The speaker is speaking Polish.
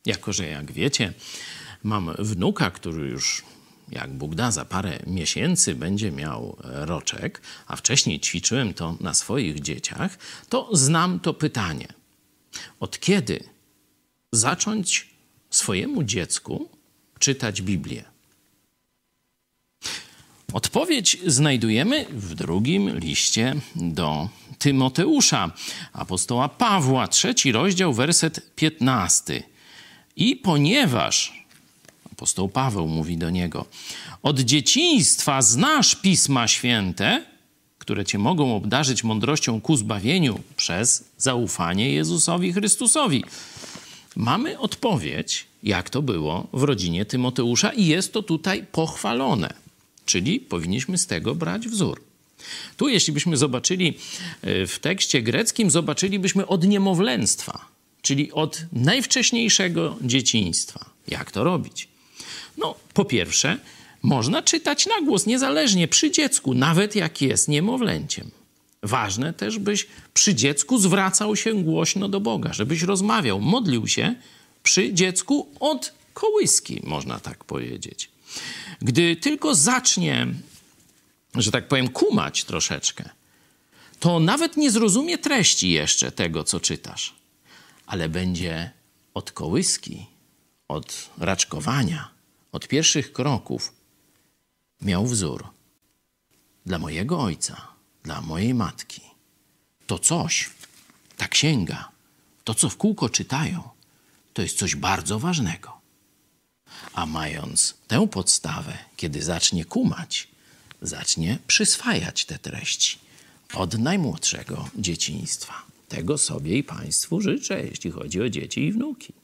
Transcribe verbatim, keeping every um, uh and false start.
Jako że jak wiecie, mam wnuka, który już, jak Bóg da, za parę miesięcy będzie miał roczek, a wcześniej ćwiczyłem to na swoich dzieciach, to znam to pytanie. Od kiedy zacząć swojemu dziecku czytać Biblię? Odpowiedź znajdujemy w drugim liście do Tymoteusza, apostoła Pawła, trzeci rozdział, werset piętnasty. I ponieważ, apostoł Paweł mówi do niego, od dzieciństwa znasz Pisma Święte, które cię mogą obdarzyć mądrością ku zbawieniu przez zaufanie Jezusowi Chrystusowi. Mamy odpowiedź, jak to było w rodzinie Tymoteusza i jest to tutaj pochwalone. Czyli powinniśmy z tego brać wzór. Tu, jeśli byśmy zobaczyli w tekście greckim, zobaczylibyśmy od niemowlęctwa, czyli od najwcześniejszego dzieciństwa. Jak to robić? No, po pierwsze, można czytać na głos, niezależnie przy dziecku, nawet jak jest niemowlęciem. Ważne też, byś przy dziecku zwracał się głośno do Boga, żebyś rozmawiał, modlił się przy dziecku od kołyski, można tak powiedzieć. Gdy tylko zacznie, że tak powiem, kumać troszeczkę, to nawet nie zrozumie treści jeszcze tego, co czytasz, ale będzie od kołyski, od raczkowania, od pierwszych kroków miał wzór. Dla mojego ojca, dla mojej matki, to coś, ta księga, to, co w kółko czytają, to jest coś bardzo ważnego. A mając tę podstawę, kiedy zacznie kumać, zacznie przyswajać te treści od najmłodszego dzieciństwa. Tego sobie i Państwu życzę, jeśli chodzi o dzieci i wnuki.